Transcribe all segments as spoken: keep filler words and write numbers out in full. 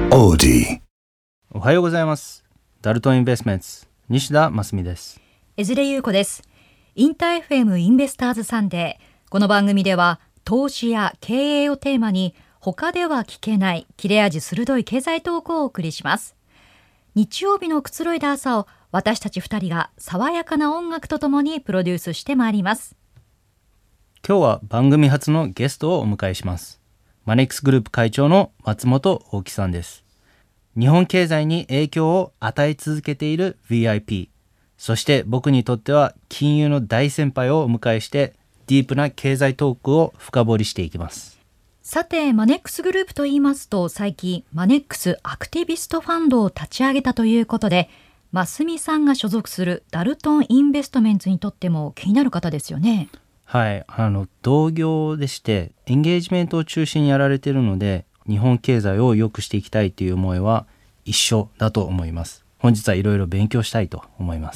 オーディ。 おはようございます。ダルトンインベストメンツ西田真澄です。 江連優子です。インター エフエム インベスターズサンデー。この番組では投資や経営をテーマに他では聞けない切れ味鋭い経済トークをお送りします。日曜日のくつろいだ朝を私たちふたりが爽やかな音楽とともにプロデュースしてまいります。 今日は番組初のゲストをお迎えします。マネックスグループ会長の松本大樹さんです。日本経済に影響を与え続けている ブイアイピー、 そして僕にとっては金融の大先輩をお迎えしてディープな経済トークを深掘りしていきます。 さて、マネックスグループと言いますと、最近マネックスアクティビストファンドを立ち上げたということで、真澄さんが所属するダルトンインベストメンツにとっても気になる方ですよね。 はい、あの同業でしてエンゲージメントを中心にやられているので、日本経済を良くしていきたいという思いは一緒だと思います。本日はいろいろ勉強したいと思います。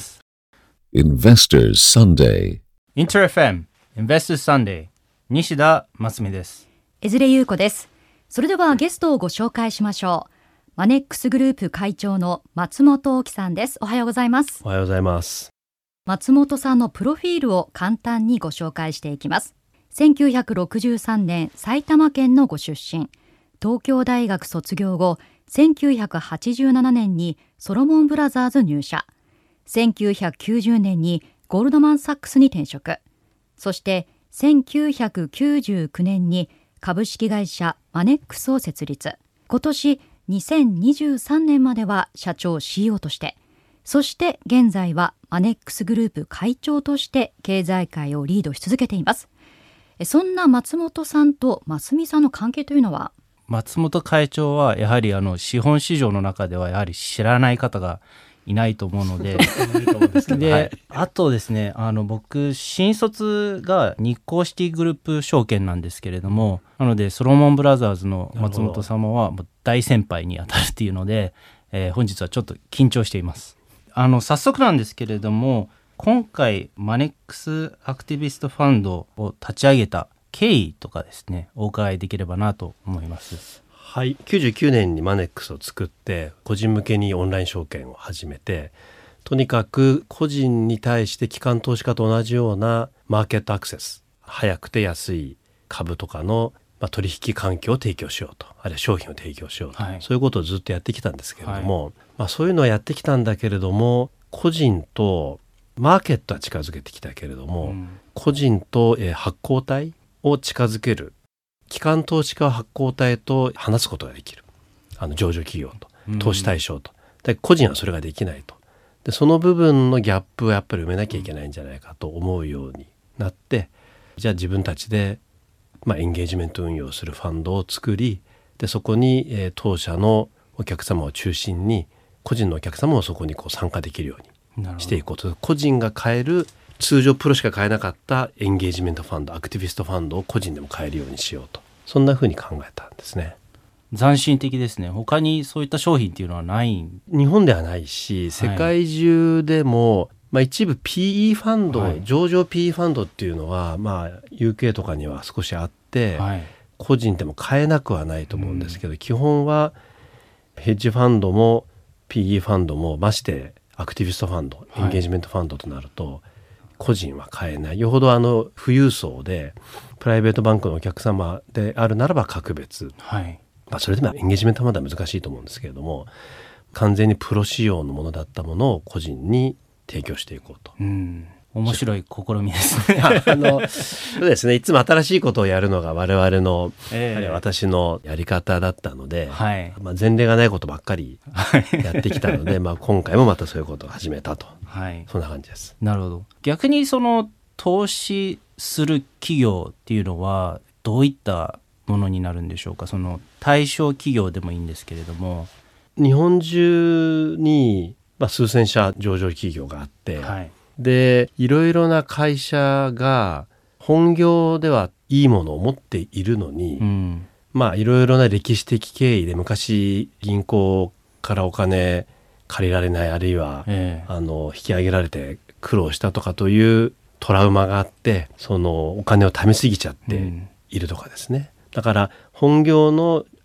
Investors Sunday。 インター エフエム Investors Sunday、 西田真澄です。 江連優子です。それではゲストをご紹介しましょう。マネックスグループ会長の松本大樹さんです。おはようございます。 おはようございます。 松本さんのプロフィールを簡単にご紹介していきます。せんきゅうひゃくろくじゅうさんねん埼玉県のご出身。東京大学卒業後、せんきゅうひゃくはちじゅうななねんにソロモンブラザーズ入社。せんきゅうひゃくきゅうじゅうねんにゴールドマンサックスに転職。そしてせんきゅうひゃくきゅうじゅうきゅうねんに株式会社マネックスを設立。今年にせんにじゅうさんねんまでは社長 シーイーオー として、そして現在はマネックスグループ会長として経済界をリードし続けています。そんな松本さんと真澄さんの関係というのは？ 松本会長はやはりあの資本市場の中ではやはり知らない方がいないと思うのでで、はい、あとですね、あの僕新卒が日興シティグループ証券なんですけれども、なのでソロモンブラザーズの松本様はもう大先輩にあたるっていうので、えー、本日はちょっと緊張しています。あの早速なんですけれども、今回マネックスアクティビストファンドを立ち上げた経緯とかですね、お伺いできればなと思います。 はい、きゅうじゅうきゅうねんにマネックスを作って個人向けにオンライン証券を始めて、とにかく個人に対して機関投資家と同じようなマーケットアクセス、早くて安い株とかの、まあ、取引環境を提供しようと、あるいは商品を提供しようと、はい、そういうことをずっとやってきたんですけれども、はい、まあ、そういうのはやってきたんだけれども、個人とマーケットは近づけてきたけれども、うん、個人と、えー、発行体を近づける、機関投資家は発行体と話すことができる、あの上場企業と投資対象と、で個人はそれができないと。でその部分のギャップをやっぱり埋めなきゃいけないんじゃないかと思うようになって、じゃあ自分たちで、まあ、エンゲージメント運用するファンドを作り、でそこに、えー、当社のお客様を中心に個人のお客様もそこにこう参加できるようにしていこうと。個人が買える、通常プロしか買えなかったエンゲージメントファンド、アクティビストファンドを個人でも買えるようにしようと、そんなふうに考えたんですね。 斬新的ですね。他にそういった商品っていうのはない？ 日本ではないし、世界中でも、はい、まあ、一部 ピーイー ファンド、はい、上場 ピーイー ファンドっていうのは、まあ、ユーケー とかには少しあって、はい、個人でも買えなくはないと思うんですけど、うん、基本はヘッジファンドも ピーイー ファンドも、ましてアクティビストファンド、エンゲージメントファンドとなると、はい、個人は買えない。よほどあの富裕層でプライベートバンクのお客様であるならば格別、はい、まあ、それでもエンゲージメントファンドは難しいと思うんですけれども、完全にプロ仕様のものだったものを個人に提供していこうと。 うん、面白い試みですね。 あのそうですね、いつも新しいことをやるのが我々の、えー、あるいは私のやり方だったので、はい、まあ、前例がないことばっかりやってきたのでまあ今回もまたそういうことを始めたと、はい、そんな感じです。 なるほど。逆にその投資する企業っていうのはどういったものになるんでしょうか。その対象企業でもいいんですけれども、 日本中に、まあ、数千社上場企業があって、はい、でいろいろな会社が本業ではいいものを持っているのに、うん、まあいろいろな歴史的経緯で昔銀行からお金借りられない、あるいは、えー、あの引き上げられて苦労したとかというトラウマがあって、そのお金を貯めすぎちゃっているとかですね、うん、だから本業の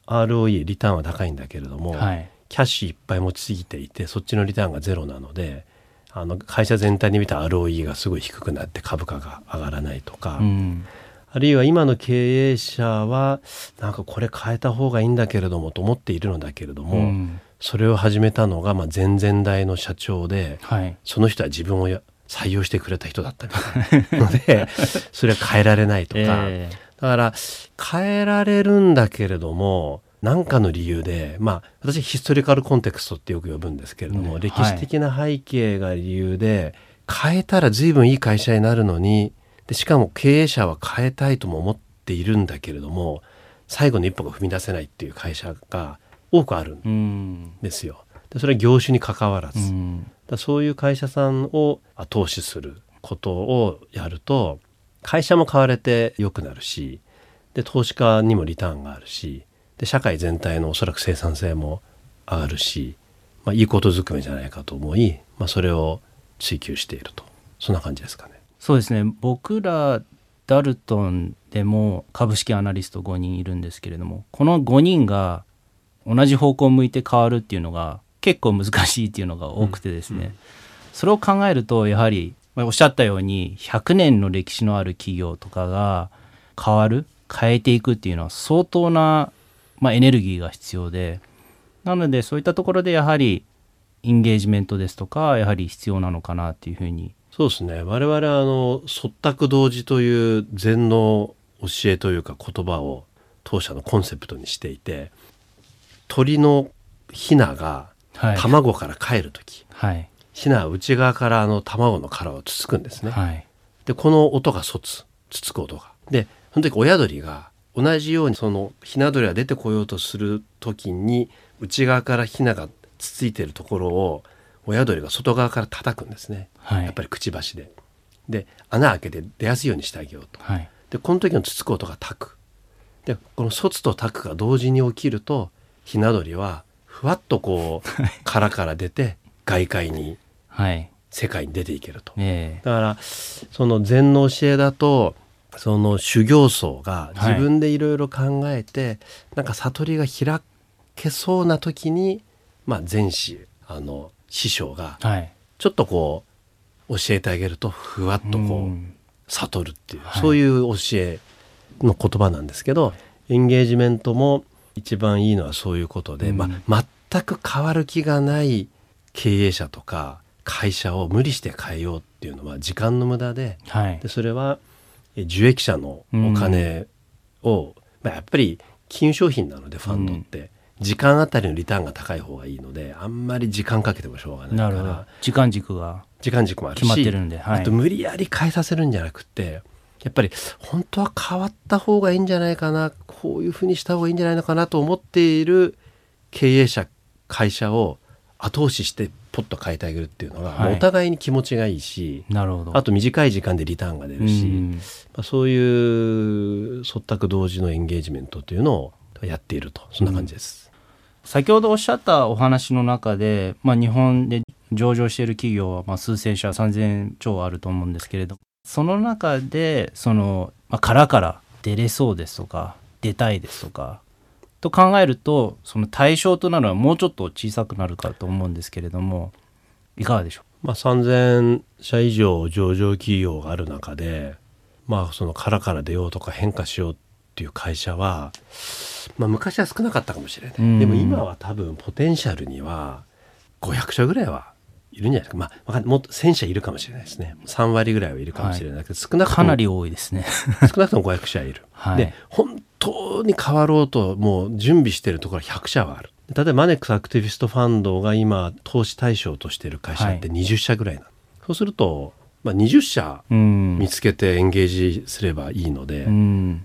アールオーイー リターンは高いんだけれども、 はい、 キャッシュいっぱい持ちすぎていてそっちのリターンがゼロなので、あの会社全体に見た アールオーイー がすごい低くなって株価が上がらないとか、 うん、 あるいは今の経営者はなんかこれ変えた方がいいんだけれどもと思っているのだけれども、うん、それを始めたのがまあ前々代の社長で、はい、その人は自分を採用してくれた人だったのでそれは変えられないとか、えー、だから変えられるんだけれども何かの理由で、まあ私ヒストリカルコンテクストってよく呼ぶんですけれども、うん、歴史的な背景が理由で、はい、変えたら随分いい会社になるのに、でしかも経営者は変えたいとも思っているんだけれども最後の一歩が踏み出せないっていう会社が多くあるんですよ。でそれは業種に関わらず、うん、だそういう会社さんを後押しすることをやると会社も買われて良くなるし、で投資家にもリターンがあるし、で社会全体のおそらく生産性も上がるし、まあ、いいことずくめじゃないかと思い、まあ、それを追求していると、そんな感じですかね。 そうですね、僕らダルトンでも株式アナリストごにんいるんですけれども、このごにんが同じ方向を向いて変わるっていうのが結構難しいっていうのが多くてですね、うんうん、それを考えるとやはりおっしゃったようにひゃくねんの歴史のある企業とかが変わる変えていくっていうのは相当な、まあ、エネルギーが必要で、なのでそういったところでやはりインゲージメントですとかやはり必要なのかなっていうふうに。 そうですね、我々はあの率託同時という禅の教えというか言葉を当社のコンセプトにしていて、鳥のヒナが卵から帰るとき、はい、ヒナは内側からあの卵の殻をつつくんですね、はい、でこの音がソツつつく音がで、その時親鳥が同じようにそのヒナ鳥が出てこようとする時に内側からヒナがつついているところを親鳥が外側から叩くんですね、はい、やっぱりくちばしでで穴開けて出やすいようにしてあげようと、はい、でこの時のつつく音がタクで、このソツとタクが同時に起きるとヒナ鳥はふわっとこう殻から出て外界に、はい、世界に出ていけると、えー、だからその禅の教えだとその修行僧が自分でいろいろ考えて、はい、なんか悟りが開けそうな時に、まあ、禅師あの師匠がちょっとこう教えてあげるとふわっとこう悟るっていう、はい、そういう教えの言葉なんですけど、エンゲージメントも一番いいのはそういうことで、うん、まあ、全く変わる気がない経営者とか会社を無理して変えようっていうのは時間の無駄 で,、はい、でそれは受益者のお金を、うん、まあ、やっぱり金融商品なのでファンドって、うん、時間あたりのリターンが高い方がいいのであんまり時間かけてもしょうがないから。なるほど、 時間軸が時間軸もあるし決まってるんで、はい、 あと無理やり変えさせるんじゃなくてやっぱり本当は変わった方がいいんじゃないかな、こういうふうにした方がいいんじゃないのかなと思っている経営者会社を後押ししてポッと変えてあげるっていうのが、はい、お互いに気持ちがいいし、なるほど、あと短い時間でリターンが出るし、まあ、そういう率託同時のエンゲージメントというのをやっていると、そんな感じです、 うん、先ほどおっしゃったお話の中で、まあ、日本で上場している企業はまあ数千社さんぜんちょうあると思うんですけれど、その中でその、まあ、殻から出れそうですとか出たいですとかと考えると、その対象となるのはもうちょっと小さくなるかと思うんですけれども、いかがでしょう。 まあ、さんぜんしゃ以上上場企業がある中で、まあ、その殻から出ようとか変化しようっていう会社は、まあ、昔は少なかったかもしれない。でも今は多分ポテンシャルにはごひゃくしゃぐらいはいるんじゃないですか。まあ、もっとせんしゃいるかもしれないですね。さんわりぐらいはいるかもしれないけど、はい、少なくともかなり多いですね少なくともごひゃくしゃいる、はい、で本当に変わろうともう準備しているところひゃくしゃはある。例えばマネックスアクティビストファンドが今投資対象としている会社ってにじゅっしゃぐらいなの、はい、そうすると、まあ、にじゅっしゃ見つけてエンゲージすればいいので、うん、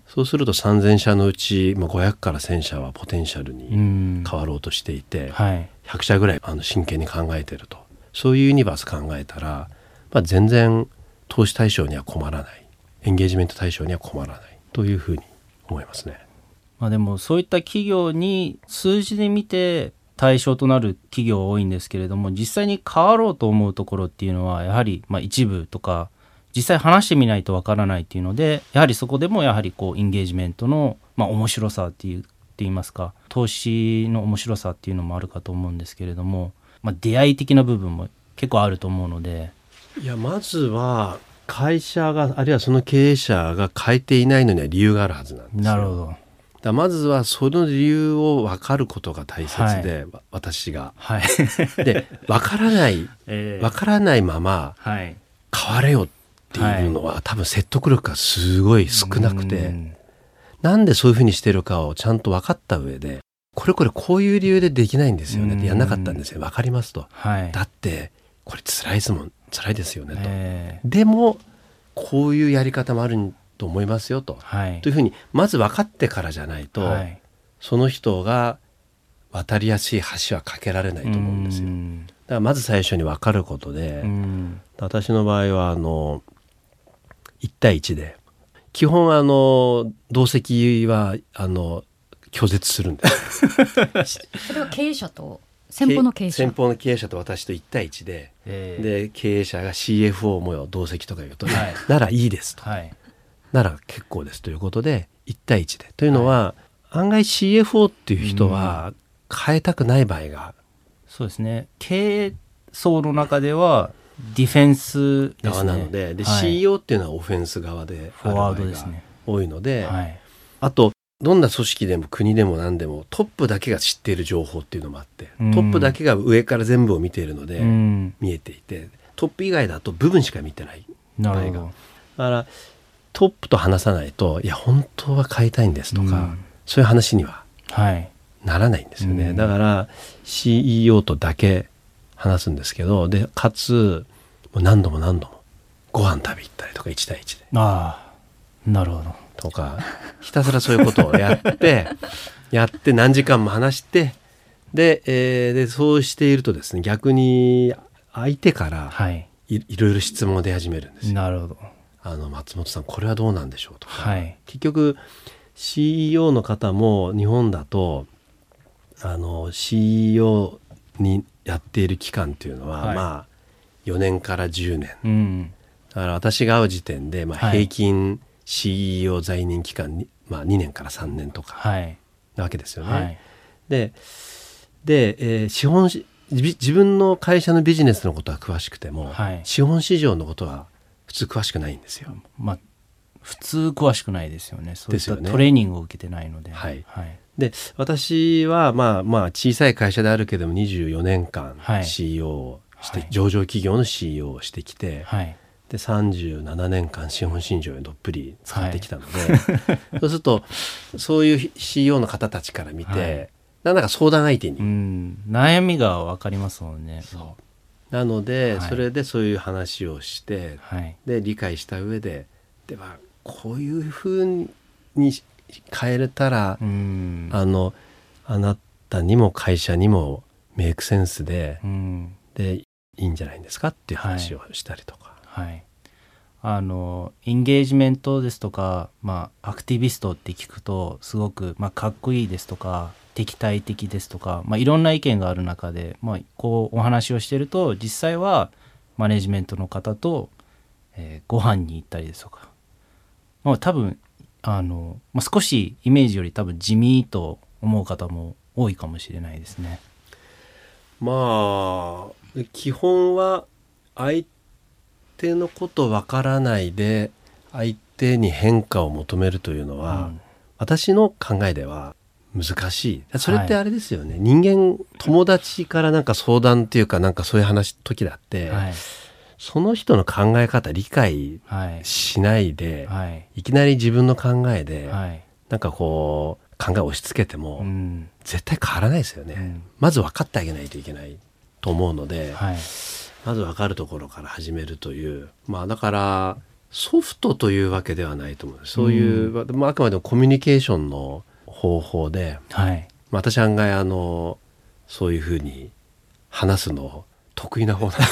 そうするとさんぜんしゃのうち、まあ、ごひゃくからせんしゃはポテンシャルに変わろうとしていて、うん、はい、ひゃくしゃぐらいあの真剣に考えていると、そういうユニバース考えたら、まあ、全然投資対象には困らない、エンゲージメント対象には困らないというふうに思いますね。 まあ、でもそういった企業に数字で見て対象となる企業は多いんですけれども、実際に変わろうと思うところっていうのはやはりまあ一部とか実際話してみないとわからないっていうので、やはりそこでもやはりこうエンゲージメントのまあ面白さっていうっいいますか、投資の面白さっていうのもあるかと思うんですけれども、まあ、出会い的な部分も結構あると思うので。 いやまずは会社があるいはその経営者が変えていないのには理由があるはずなんですよ。 なるほど。 だからまずはその理由を分かることが大切で、はい、私が、 はい、 で分からない、えー、分からないまま、はい、変われよっていうのは、はい、多分説得力がすごい少なくて、んなんでそういうふうにしてるかをちゃんと分かった上で、これこれこういう理由でできないんですよねってやんなかったんですよ。分かりますと、はい、だってこれ辛いですもん、辛いですよねと、えー、でもこういうやり方もあると思いますよと、はい、というふうにまず分かってからじゃないと、はい、その人が渡りやすい橋は架けられないと思うんですよ。だからまず最初に分かることで、私の場合はあのいち対いちで基本あの同席はあの拒絶するんですそれは経営者と先方の経営者先方の経営者と私といち対いちで、えー、で経営者が シーエフオー もよ同席とか言うと、はい、ならいいですと、はい、なら結構ですということでいち対いちでというのは、はい、案外 シーエフオー っていう人は変えたくない場合が、 そうですね、経営層の中ではディフェンスですね、 側なので、で、はい、シーイーオー っていうのはオフェンス側でフォワードですね、 多いので、はい、あとどんな組織でも国でも何でもトップだけが知っている情報っていうのもあって、うん、トップだけが上から全部を見ているので、うん、見えていて、トップ以外だと部分しか見てない場合が、だからトップと話さないと、いや本当は変えたいんですとか、うん、そういう話にはならないんですよね、はい、だから シーイーオー とだけ話すんですけど、でかつもう何度も何度もご飯食べ行ったりとかいち対いちで、 ああなるほどとかひたすらそういうことをやってやって何時間も話してで、えー、でそうしているとですね、逆に相手から い,、はい、いろいろ質問が出始めるんですよ。 なるほど。 あの松本さんこれはどうなんでしょうとか、はい、結局 シーイーオー の方も日本だとあの シーイーオー にやっている期間っていうのは、はい、まあよねんからじゅうねん、うん、だから私が会う時点で、まあ、平均、はい、シーイーオー 在任期間に、まあ、にねんからさんねんとかなわけですよね、はい、で, で、えー、資本自分の会社のビジネスのことは詳しくても、はい、資本市場のことは普通詳しくないんですよ。 まあ、普通詳しくないですよね。そういったトレーニングを受けてないので、 はいはい、で私は、まあ、まあ小さい会社であるけどもにじゅうよねんかん シーイーオー して、はい、上場企業の シーイーオー をしてきて、はい、でさんじゅうななねんかん資本市場にどっぷり使ってきたので、はい、そうするとそういう シーイーオー の方たちから見て、はい、なんだか相談相手に、うん、 悩みが分かりますもんね。 そうなので、はい、それでそういう話をして、はい、で理解した上でではこういうふうに変えれたら、うん、あのあなたにも会社にもメイクセンスで、うん、でいいんじゃないんですかっていう話をしたりとか、 はいはい、あのエンゲージメントですとか、まあ、アクティビストって聞くとすごく、まあ、かっこいいですとか敵対的ですとか、まあ、いろんな意見がある中で、まあ、こうお話をしてると実際はマネジメントの方と、えー、ご飯に行ったりですとか、まあ、多分あの、まあ、少しイメージより多分地味と思う方も多いかもしれないですね。 まあ基本は相手のことわからないで相手に変化を求めるというのは、うん、私の考えでは難しい。それってあれですよね、はい、人間友達からなんか相談っていうかなんかそういう話時だって、はい、その人の考え方理解しないで、はい、いきなり自分の考えで、はい、なんかこう考えを押し付けても、うん、絶対変わらないですよね、うん、まず分かってあげないといけないと思うので、はい、まず分かるところから始めるという、まあだからソフトというわけではないと思う。そういう、うん、まあ、あくまでもコミュニケーションの方法で、はい、まあ、私案外あのそういうふうに話すの得意な方なん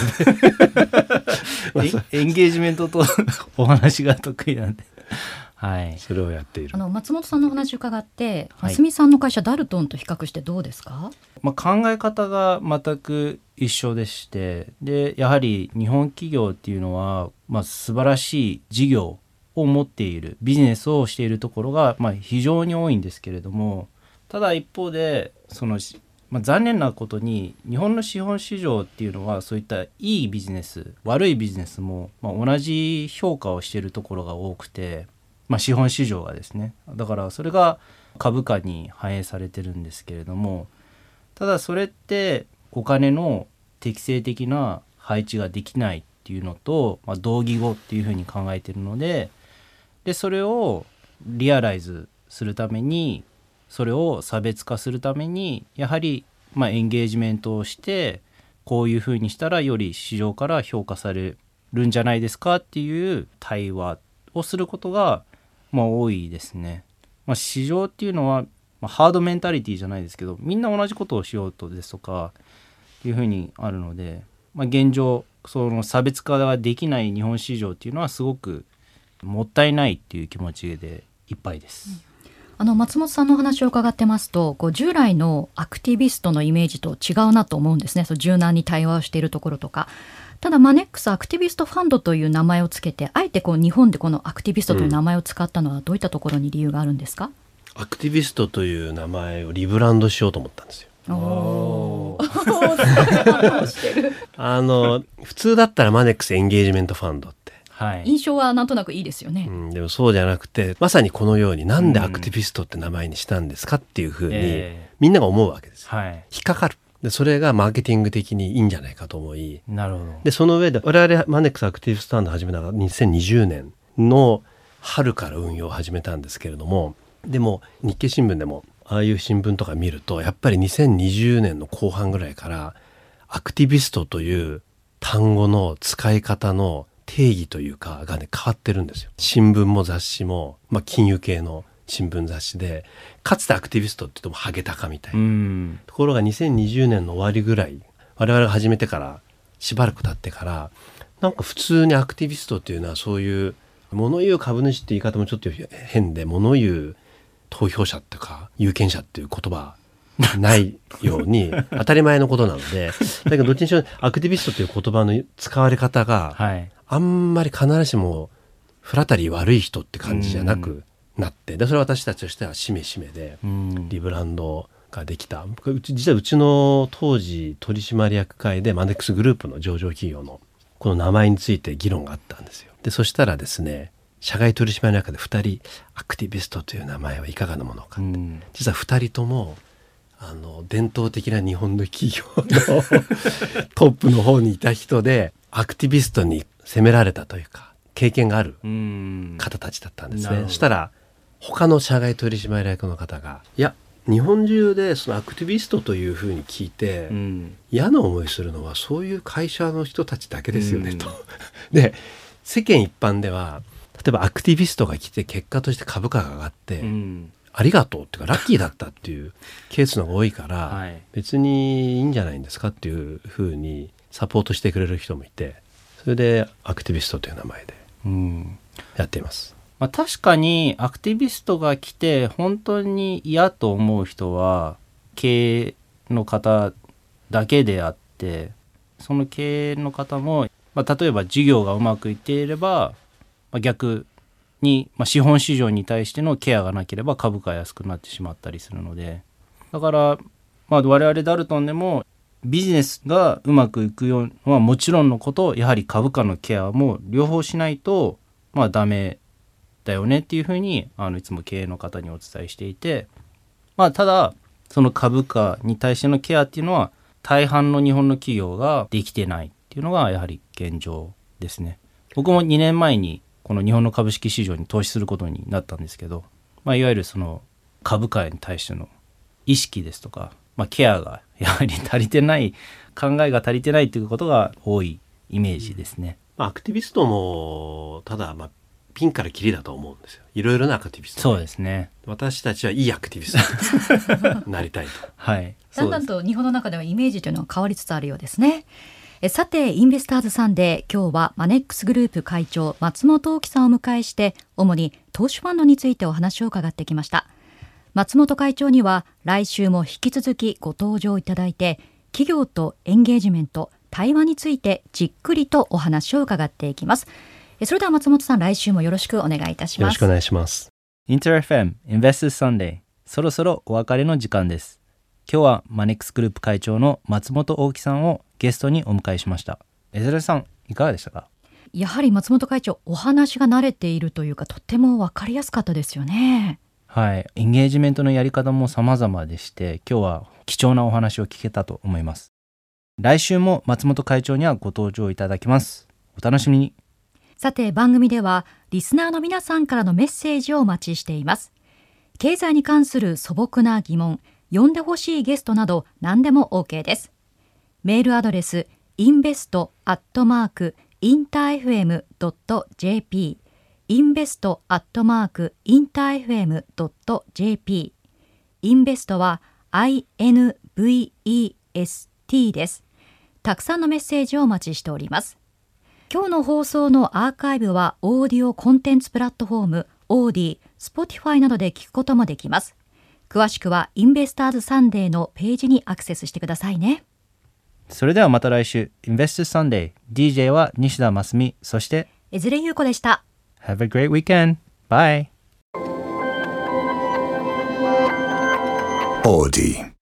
でエンゲージメントとお話が得意なんではい、 それをやっている。 あの松本さんのお話を伺って、はい、ますみさんの会社ダルトンと比較してどうですか？ まあ、考え方が全く一緒でして、でやはり日本企業っていうのは、まあ、素晴らしい事業を持っているビジネスをしているところが、まあ、非常に多いんですけれども、 ただ一方でその、まあ、残念なことに日本の資本市場っていうのはそういったいいビジネス悪いビジネスも、まあ、同じ評価をしているところが多くて、まあ、資本市場がですね、だからそれが株価に反映されてるんですけれども、ただそれってお金の適正的な配置ができないっていうのと、まあ、同義語っていうふうに考えているので、でそれをリアライズするために、それを差別化するためにやはりまあエンゲージメントをして、こういうふうにしたらより市場から評価されるんじゃないですかっていう対話をすることがまあ多いですね。まあ、市場っていうのは、まあ、ハードメンタリティじゃないですけど、みんな同じことをしようとですとかいうふうにあるので、まあ、現状その差別化ができない日本市場っていうのはすごくもったいないっていう気持ちでいっぱいです、うん、 あの松本さんのお話を伺ってますと、こう従来のアクティビストのイメージと違うなと思うんですね。そう柔軟に対話をしているところとか。ただマネックスアクティビストファンドという名前をつけて、あえてこう日本でこのアクティビストという名前を使ったのはどういったところに理由があるんですか？ アクティビストという名前をリブランドしようと思ったんですよ。おあの普通だったらマネックスエンゲージメントファンドって、 はい、印象はなんとなくいいですよね、 うん、でもそうじゃなくて、まさにこのようになんでアクティビストって名前にしたんですかっていうふうに、えー、みんなが思うわけです、はい、引っかかる。でそれがマーケティング的にいいんじゃないかと思い、 なるほど。 でその上で我々マネックスアクティブスタンド始めたのがにせんにじゅうねんの春から運用を始めたんですけれども、でも日経新聞でもああいう新聞とか見ると、やっぱりにせんにじゅうねんの後半ぐらいからアクティビストという単語の使い方の定義というかがね変わってるんですよ。新聞も雑誌も、まあ、金融系の新聞雑誌で、かつてアクティビストって言ってもハゲタカみたいな、うん、ところがにせんにじゅうねんの終わりぐらい、我々が始めてからしばらく経ってから、なんか普通にアクティビストっていうのはそういう物言う株主って言い方もちょっと変で、物言う投票者とか有権者っていう言葉ないように当たり前のことなので、だけどどっちにしろアクティビストという言葉の使われ方があんまり必ずしもフラタリー悪い人って感じじゃなくなって、でそれは私たちとしてはしめしめでリブランドができた。うち実はうちの当時取締役会でマネックスグループの上場企業のこの名前について議論があったんですよ。でそしたらですね、社外取締役の中でふたりアクティビストという名前はいかがなものかって、実はふたりともあの伝統的な日本の企業のトップの方にいた人で、アクティビストに責められたというか経験がある方たちだったんですね。そしたら他の社外取締役の方が、いや日本中でそのアクティビストというふうに聞いて、うん、嫌な思いするのはそういう会社の人たちだけですよね、うん、と。で世間一般では例えばアクティビストが来て結果として株価が上がって、うん、ありがとうっていうかラッキーだったっていうケースの方が多いから、はい、別にいいんじゃないんですかっていうふうにサポートしてくれる人もいて、それでアクティビストという名前でやっています、 うん。まあ、確かにアクティビストが来て本当に嫌と思う人は経営の方だけであって、その経営の方も、まあ、例えば事業がうまくいっていれば、まあ、逆に、まあ、資本市場に対してのケアがなければ株価が安くなってしまったりするので、だから、まあ、我々ダルトンでもビジネスがうまくいくのはもちろんのこと、やはり株価のケアも両方しないとまあダメだよねっていうふうにあのいつも経営の方にお伝えしていて、まあただその株価に対してのケアっていうのは大半の日本の企業ができてないっていうのがやはり現状ですね。僕もにねんまえにこの日本の株式市場に投資することになったんですけど、まあ、いわゆるその株価に対しての意識ですとか、まあ、ケアがやはり足りてない、考えが足りてないということが多いイメージですね、 うん、アクティビストもただまあピンからキリだと思うんですよ。いろいろなアクティビスト、 そうですね。 私たちはいいアクティビストになりたいとはい、 だんだんと日本の中ではイメージというのは変わりつつあるようですね。えさてインベスターズサンデー、今日はマネックスグループ会長松本大樹さんをお迎えして主に投資ファンドについてお話を伺ってきました。松本会長には来週も引き続きご登場いただいて、企業とエンゲージメント、対話についてじっくりとお話を伺っていきます。それでは松本さん、来週もよろしくお願いいたします。 よろしくお願いします。 インター エフエム Investors Sunday そろそろお別れの時間です。今日はマネックスグループ会長の松本大樹さんをゲストにお迎えしました。江連さん、いかがでしたか？ やはり松本会長、お話が慣れているというか、とっても分かりやすかったですよね。 はい、エンゲージメントのやり方も様々でして、今日は貴重なお話を聞けたと思います。来週も松本会長にはご登場いただきます。お楽しみに。 さて、番組ではリスナーの皆さんからのメッセージをお待ちしています。経済に関する素朴な疑問、呼んでほしいゲストなど何でも OK です。メールアドレス インベスト アットマーク インターエフエム ドット ジェーピー インベスト アットマーク インターエフエム ドット ジェーピー インベストは アイエヌブイイーエスティー です。たくさんのメッセージをお待ちしております。今日の放送のアーカイブはオーディオコンテンツプラットフォームオーディ、Spotify などで聞くこともできます。詳しくはインベスターズサンデーのページにアクセスしてくださいね。 それではまた来週、Investors Sunday。ディージェー は西田真澄、そして江連優子でした。 Have a great weekend. Bye. オーディ